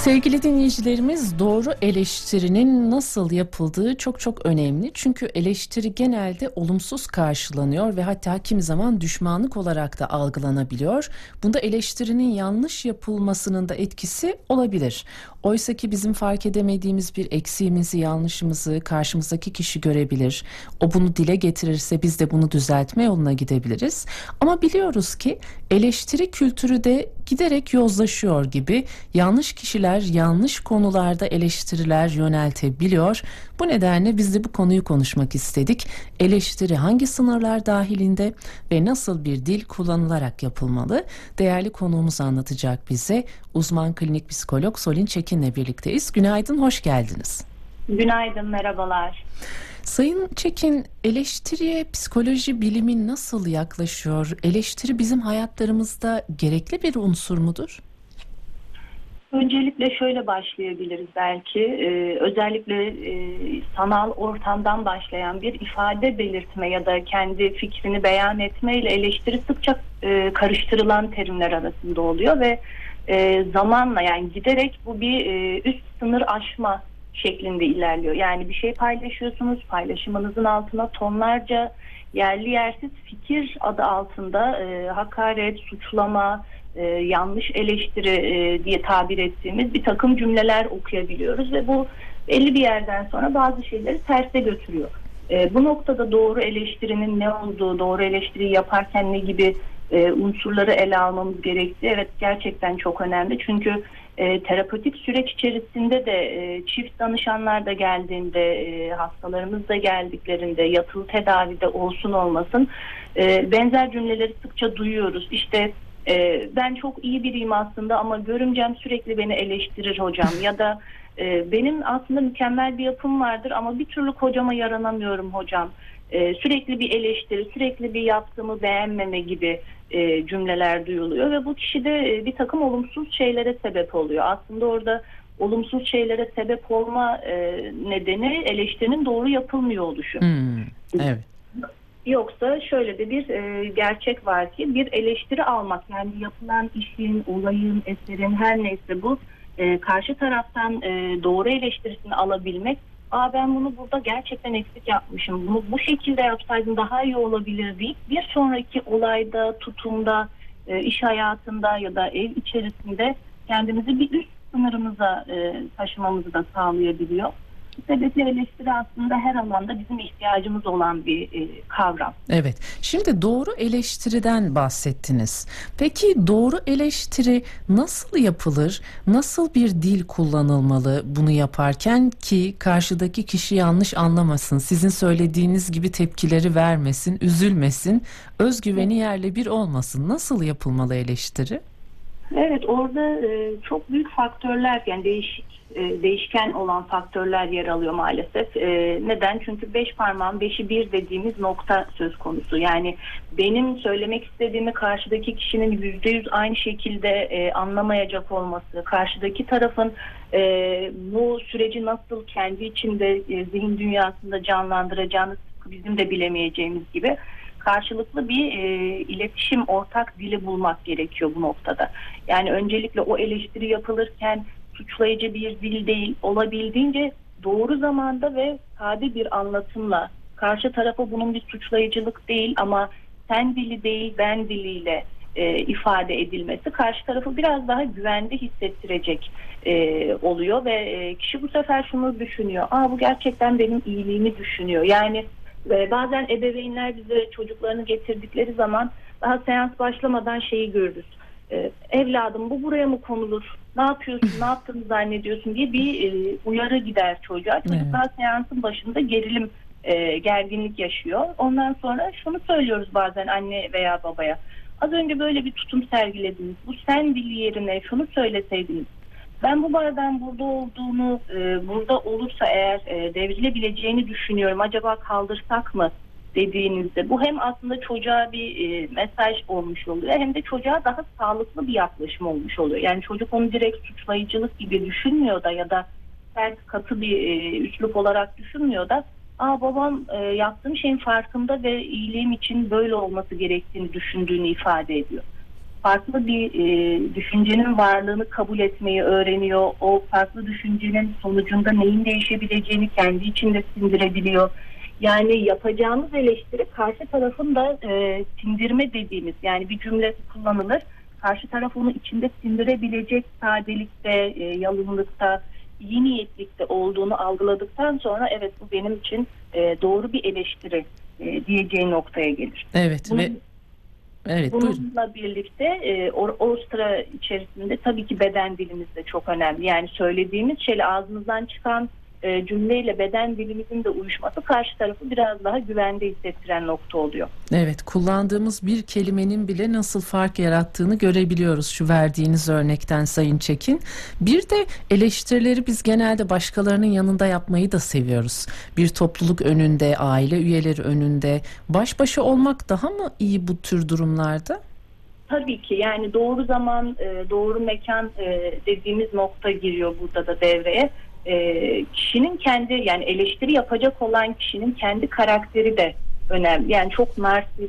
Sevgili dinleyicilerimiz, doğru eleştirinin nasıl yapıldığı çok çok önemli. Çünkü eleştiri genelde olumsuz karşılanıyor ve hatta kimi zaman düşmanlık olarak da algılanabiliyor. Bunda eleştirinin yanlış yapılmasının da etkisi olabilir. Oysa ki bizim fark edemediğimiz bir eksiğimizi, yanlışımızı karşımızdaki kişi görebilir. O bunu dile getirirse biz de bunu düzeltme yoluna gidebiliriz. Ama biliyoruz ki eleştiri kültürü de giderek yozlaşıyor gibi. Yanlış kişiler yanlış konularda eleştiriler yöneltebiliyor. Bu nedenle biz de bu konuyu konuşmak istedik. Eleştiri hangi sınırlar dahilinde ve nasıl bir dil kullanılarak yapılmalı? Değerli konuğumuz anlatacak bize. Uzman klinik psikolog Solin Çekin'le birlikteyiz. Günaydın, hoş geldiniz. Günaydın, merhabalar. Sayın Çekin, eleştiriye psikoloji bilimi nasıl yaklaşıyor? Eleştiri bizim hayatlarımızda gerekli bir unsur mudur? Öncelikle şöyle başlayabiliriz belki. Özellikle sanal ortamdan başlayan bir ifade belirtme ya da kendi fikrini beyan etme ile eleştiri sıkça karıştırılan terimler arasında oluyor ve zamanla, yani giderek bu bir üst sınır aşma şeklinde ilerliyor. Yani bir şey paylaşıyorsunuz, paylaşımınızın altına tonlarca yerli yersiz fikir adı altında hakaret, suçlama, yanlış eleştiri diye tabir ettiğimiz bir takım cümleler okuyabiliyoruz ve bu belli bir yerden sonra bazı şeyleri terse götürüyor. Bu noktada doğru eleştirinin ne olduğu, doğru eleştiriyi yaparken ne gibi unsurları ele almamız gerektiği, evet, gerçekten çok önemli. Çünkü terapötik süreç içerisinde de çift danışanlar da geldiğinde, hastalarımız da geldiklerinde, yatılı tedavide olsun olmasın benzer cümleleri sıkça duyuyoruz. İşte ben çok iyi biriyim aslında ama görümcem sürekli beni eleştirir hocam, ya da benim aslında mükemmel bir yapım vardır ama bir türlü kocama yaranamıyorum hocam. Sürekli bir eleştiri, sürekli bir yaptığımı beğenmeme gibi cümleler duyuluyor ve bu kişide bir takım olumsuz şeylere sebep oluyor. Aslında orada olumsuz şeylere sebep olma nedeni eleştirinin doğru yapılmıyor oluşu. Evet. Yoksa şöyle de bir gerçek var ki bir eleştiri almak, yani yapılan işin, olayın, eserin, her neyse bu karşı taraftan doğru eleştirisini alabilmek, ben bunu burada gerçekten eksik yapmışım, bunu bu şekilde yapsaydım daha iyi olabilir deyip bir sonraki olayda, tutumda, iş hayatında ya da ev içerisinde kendimizi bir üst sınırımıza taşımamızı da sağlayabiliyor. Bu sebeple eleştiri aslında her alanda bizim ihtiyacımız olan bir kavram. Evet. Şimdi doğru eleştiriden bahsettiniz. Peki doğru eleştiri nasıl yapılır? Nasıl bir dil kullanılmalı bunu yaparken ki karşıdaki kişi yanlış anlamasın, sizin söylediğiniz gibi tepkileri vermesin, üzülmesin, özgüveni yerle bir olmasın? Nasıl yapılmalı eleştiri? Evet, orada çok büyük faktörler, yani değişken olan faktörler yer alıyor maalesef. Neden? Çünkü 5 parmağın 5'i bir dediğimiz nokta söz konusu. Yani benim söylemek istediğimi karşıdaki kişinin %100 aynı şekilde anlamayacak olması, karşıdaki tarafın bu süreci nasıl kendi içinde zihin dünyasında canlandıracağını bizim de bilemeyeceğimiz gibi karşılıklı bir iletişim, ortak dili bulmak gerekiyor bu noktada. Yani öncelikle o eleştiri yapılırken suçlayıcı bir dil değil, olabildiğince doğru zamanda ve sade bir anlatımla, karşı tarafa bunun bir suçlayıcılık değil ama sen dili değil ben diliyle ifade edilmesi karşı tarafı biraz daha güvende hissettirecek oluyor ve kişi bu sefer şunu düşünüyor, bu gerçekten benim iyiliğimi düşünüyor. Yani bazen ebeveynler bize çocuklarını getirdikleri zaman daha seans başlamadan şeyi görürüz. Evladım, bu buraya mı konulur? Ne yapıyorsun? Ne yaptığını zannediyorsun diye bir uyarı gider çocuğa. Çocuk daha seansın başında gerginlik yaşıyor. Ondan sonra şunu söylüyoruz bazen anne veya babaya. Az önce böyle bir tutum sergilediniz. Bu sen dili yerine şunu söyleseydiniz. Ben bu bardağın burada olduğunu, burada olursa eğer devrilebileceğini düşünüyorum. Acaba kaldırsak mı dediğinizde bu hem aslında çocuğa bir mesaj olmuş oluyor hem de çocuğa daha sağlıklı bir yaklaşım olmuş oluyor. Yani çocuk onu direkt suçlayıcılık gibi düşünmüyor da ya da sert, katı bir üslup olarak düşünmüyor da babam yaptığım şeyin farkında ve iyiliğim için böyle olması gerektiğini düşündüğünü ifade ediyor. farklı bir düşüncenin varlığını kabul etmeyi öğreniyor. O farklı düşüncenin sonucunda neyin değişebileceğini kendi içinde sindirebiliyor. Yani yapacağımız eleştiri karşı tarafın da sindirme dediğimiz, yani bir cümle kullanılır. Karşı taraf onu içinde sindirebilecek sadelikte, yalınlıkta, iyi niyetlikte olduğunu algıladıktan sonra evet bu benim için doğru bir eleştiri diyeceği noktaya gelir. Evet Bununla buyurun. birlikte o sıra içerisinde tabii ki beden dilimiz de çok önemli. Yani söylediğimiz şeyle ağzımızdan çıkan cümleyle beden dilimizin de uyuşması karşı tarafı biraz daha güvende hissettiren nokta oluyor. Evet, kullandığımız bir kelimenin bile nasıl fark yarattığını görebiliyoruz şu verdiğiniz örnekten Sayın Çekin. Bir de eleştirileri biz genelde başkalarının yanında yapmayı da seviyoruz. Bir topluluk önünde, aile üyeleri önünde baş başa olmak daha mı iyi bu tür durumlarda? Tabii ki yani doğru zaman, doğru mekan dediğimiz nokta giriyor burada da devreye. Kişinin kendi, yani eleştiri yapacak olan kişinin kendi karakteri de önemli. Yani çok narsist,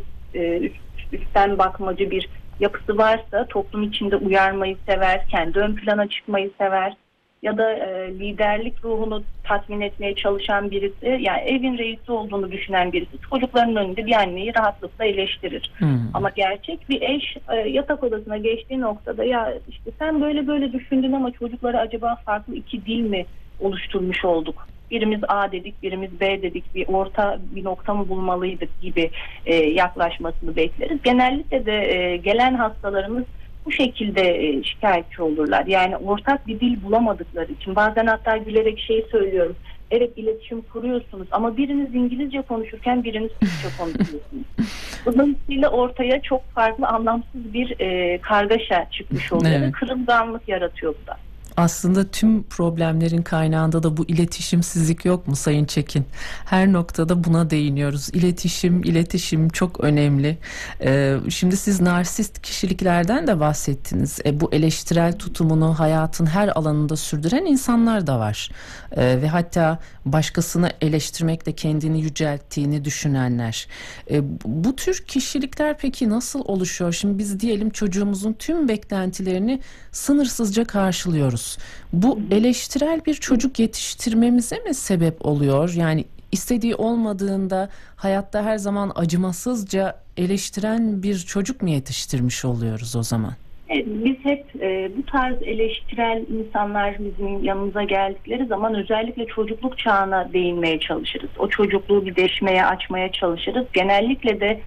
üstten bakmacı bir yapısı varsa toplum içinde uyarmayı sever, kendi ön plana çıkmayı sever ya da liderlik ruhunu tatmin etmeye çalışan birisi, yani evin reisi olduğunu düşünen birisi çocukların önünde bir anneyi rahatlıkla eleştirir. Ama gerçek bir eş yatak odasına geçtiği noktada ya işte sen böyle böyle düşündün ama çocuklara acaba farklı iki dil mi oluşturmuş olduk? Birimiz A dedik, birimiz B dedik, bir orta bir nokta mı bulmalıydık gibi yaklaşmasını bekleriz. Genellikle de gelen hastalarımız bu şekilde şikayetçi olurlar. Yani ortak bir dil bulamadıkları için bazen hatta gülerek şey söylüyorum. Evet, iletişim kuruyorsunuz ama biriniz İngilizce konuşurken biriniz Türkçe konuşuyorsunuz. Dolayısıyla ortaya çok farklı anlamsız bir kargaşa çıkmış oluyor. Evet. Kırılganlık yaratıyor bu da. Aslında tüm problemlerin kaynağında da bu iletişimsizlik yok mu Sayın Çekin? Her noktada buna değiniyoruz. İletişim çok önemli. Şimdi siz narsist kişiliklerden de bahsettiniz. Bu eleştirel tutumunu hayatın her alanında sürdüren insanlar da var. Ve hatta başkasını eleştirmekle kendini yücelttiğini düşünenler. Bu tür kişilikler peki nasıl oluşuyor? Şimdi biz diyelim çocuğumuzun tüm beklentilerini sınırsızca karşılıyoruz. Bu eleştirel bir çocuk yetiştirmemize mi sebep oluyor? Yani istediği olmadığında hayatta her zaman acımasızca eleştiren bir çocuk mu yetiştirmiş oluyoruz o zaman? Biz hep bu tarz eleştirel insanlar bizim yanımıza geldikleri zaman özellikle çocukluk çağına değinmeye çalışırız. O çocukluğu bir deşmeye, açmaya çalışırız. Genellikle de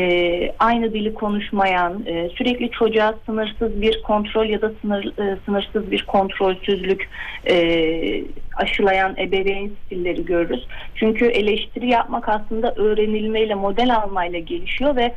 aynı dili konuşmayan, sürekli çocuğa sınırsız bir kontrol ya da sınırsız bir kontrolsüzlük aşılayan ebeveyn stilleri görürüz. Çünkü eleştiri yapmak aslında öğrenilmeyle, model almayla gelişiyor ve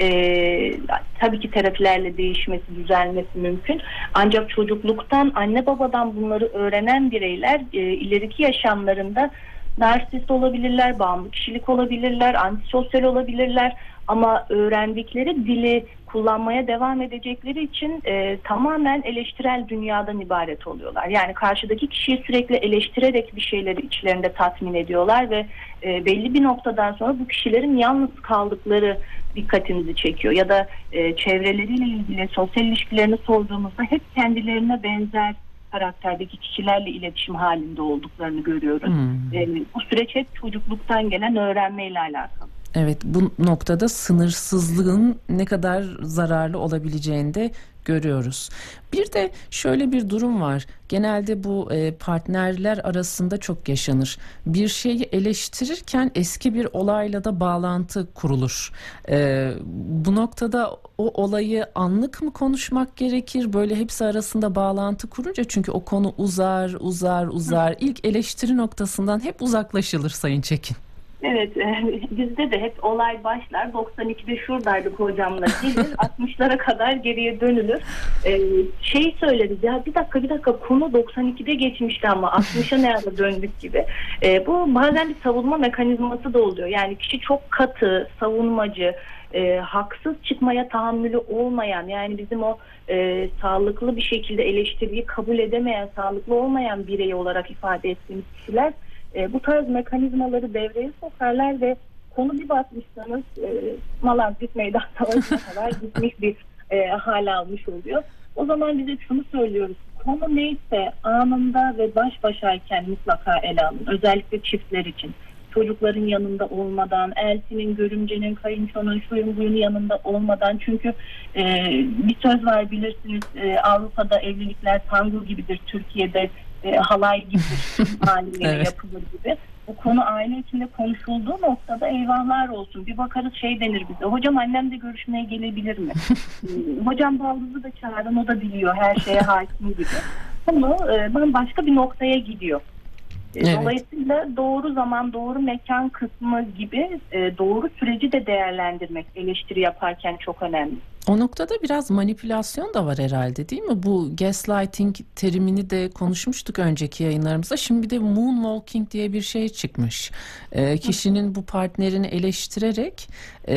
tabii ki terapilerle değişmesi, düzelmesi mümkün. Ancak çocukluktan, anne babadan bunları öğrenen bireyler ileriki yaşamlarında narsist olabilirler, bağımlı kişilik olabilirler, antisosyal olabilirler. Ama öğrendikleri dili kullanmaya devam edecekleri için tamamen eleştirel dünyadan ibaret oluyorlar. Yani karşıdaki kişiyi sürekli eleştirerek bir şeyleri içlerinde tatmin ediyorlar ve belli bir noktadan sonra bu kişilerin yalnız kaldıkları dikkatimizi çekiyor. Ya da çevreleriyle ilgili sosyal ilişkilerini sorduğumuzda hep kendilerine benzer karakterdeki kişilerle iletişim halinde olduklarını görüyoruz. Bu süreç hep çocukluktan gelen öğrenmeyle alakalı. Evet, bu noktada sınırsızlığın ne kadar zararlı olabileceğini de görüyoruz. Bir de şöyle bir durum var. Genelde bu partnerler arasında çok yaşanır. Bir şeyi eleştirirken eski bir olayla da bağlantı kurulur. Bu noktada o olayı anlık mı konuşmak gerekir? Böyle hepsi arasında bağlantı kurunca çünkü o konu uzar. İlk eleştiri noktasından hep uzaklaşılır Sayın Çekin. Evet, bizde de hep olay başlar. 92'de şuradaydık hocamla gelir. 60'lara kadar geriye dönülür. Söyleriz ya bir dakika konu 92'de geçmişti ama 60'a ne ara döndük gibi. Bu bazen bir savunma mekanizması da oluyor. Yani kişi çok katı, savunmacı, haksız çıkmaya tahammülü olmayan, yani bizim o sağlıklı bir şekilde eleştiriyi kabul edemeyen, sağlıklı olmayan birey olarak ifade ettiğimiz kişiler bu tarz mekanizmaları devreye sokarlar ve konu bir bakmışsanız Malazgirt Meydan Savaşı'na kadar gitmiş bir hal almış oluyor. O zaman biz hep şunu söylüyoruz. Konu neyse anında ve baş başayken mutlaka ele alın. Özellikle çiftler için. Çocukların yanında olmadan, eltinin, görümcenin, kayınçonun, şuyun buyun yanında olmadan. Çünkü bir söz var bilirsiniz, Avrupa'da evlilikler tango gibidir, Türkiye'de halay gibidir, haliyle Evet. yapılır gibi. Bu konu aile içinde konuşulduğu noktada eyvahlar olsun. Bir bakarız denir bize. Hocam annem de görüşmeye gelebilir mi? Hocam baldızı da çağırın, o da biliyor, her şeye hakim gibi. Ama başka bir noktaya gidiyor. Evet. Dolayısıyla doğru zaman, doğru mekan kısmı gibi doğru süreci de değerlendirmek eleştiri yaparken çok önemli. O noktada biraz manipülasyon da var herhalde, değil mi? Bu gaslighting terimini de konuşmuştuk önceki yayınlarımızda. Şimdi bir de moonwalking diye bir şey çıkmış. Kişinin bu partnerini eleştirerek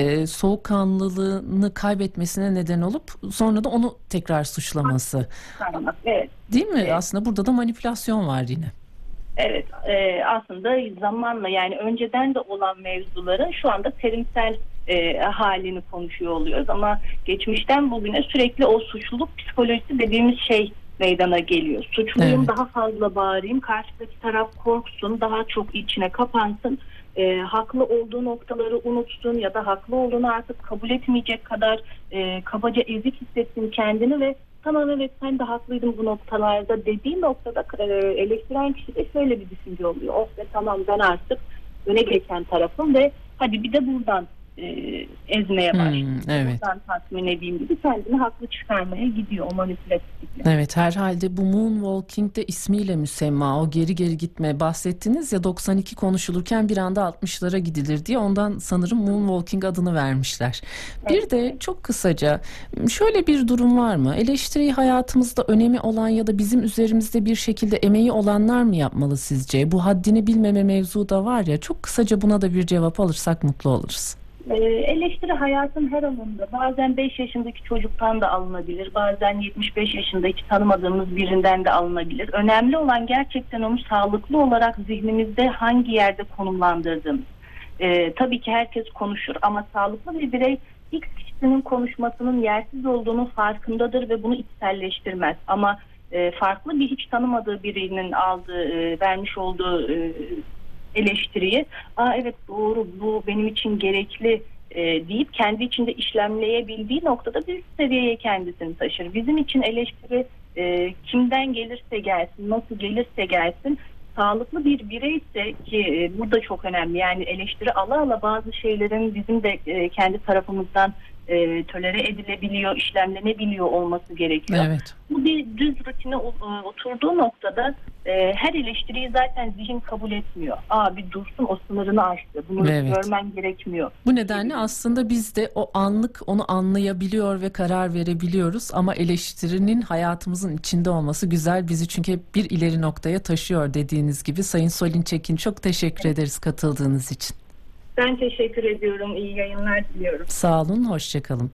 soğukkanlılığını kaybetmesine neden olup sonra da onu tekrar suçlaması. Evet. Değil mi? Evet. Aslında burada da manipülasyon var yine. Evet, aslında zamanla yani önceden de olan mevzuların şu anda terimsel halini konuşuyor oluyoruz ama geçmişten bugüne sürekli o suçluluk psikolojisi dediğimiz şey meydana geliyor. Suçluyum, Evet. daha fazla bağırayım, karşıdaki taraf korksun, daha çok içine kapansın, haklı olduğu noktaları unutsun ya da haklı olduğunu artık kabul etmeyecek kadar kabaca ezik hissetsin kendini ve tamam evet sen de haklıydın bu noktalarda dediği noktada eleştiren kişi de şöyle bir düşünce oluyor. Oh be tamam ben artık öne geçen tarafım ve hadi bir de buradan ezmeye başlıyor. Evet. Buradan tatmin edeyim gibi kendini haklı çıkarmaya gidiyor o manipülatiflikle. Evet, herhalde bu moonwalking de ismiyle müsemma. O geri geri gitme bahsettiniz ya, 92 konuşulurken bir anda 60'lara gidilir diye, ondan sanırım moonwalking adını vermişler. Bir de çok kısaca şöyle bir durum var mı? Eleştiriyi hayatımızda önemi olan ya da bizim üzerimizde bir şekilde emeği olanlar mı yapmalı sizce? Bu haddini bilmeme mevzu da var ya, çok kısaca buna da bir cevap alırsak mutlu oluruz. Eleştiri hayatın her alanında. Bazen 5 yaşındaki çocuktan da alınabilir. Bazen 75 yaşında hiç tanımadığımız birinden de alınabilir. Önemli olan gerçekten onu sağlıklı olarak zihnimizde hangi yerde konumlandırdığımız. Tabii ki herkes konuşur ama sağlıklı bir birey X kişisinin konuşmasının yersiz olduğunu farkındadır ve bunu içselleştirmez. Ama farklı bir hiç tanımadığı birinin vermiş olduğu eleştiriyi evet doğru bu benim için gerekli deyip kendi içinde işlemleyebildiği noktada bir seviyeye kendisini taşır. Bizim için eleştiri kimden gelirse gelsin, nasıl gelirse gelsin sağlıklı bir bireyse ki bu da çok önemli. Yani eleştiri ala bazı şeylerin bizim de kendi tarafımızdan tolere edilebiliyor, işlemlenebiliyor olması gerekiyor. Evet. Bu bir düz rutine oturduğu noktada her eleştiriyi zaten zihin kabul etmiyor. Bir dursun o sınırını aştı. Bunu Evet. görmen gerekmiyor. Bu nedenle aslında biz de o anlık onu anlayabiliyor ve karar verebiliyoruz ama eleştirinin hayatımızın içinde olması güzel, bizi çünkü hep bir ileri noktaya taşıyor dediğiniz gibi. Sayın Solin Çekin, çok teşekkür ederiz katıldığınız için. Ben teşekkür ediyorum. İyi yayınlar diliyorum. Sağ olun, hoşça kalın.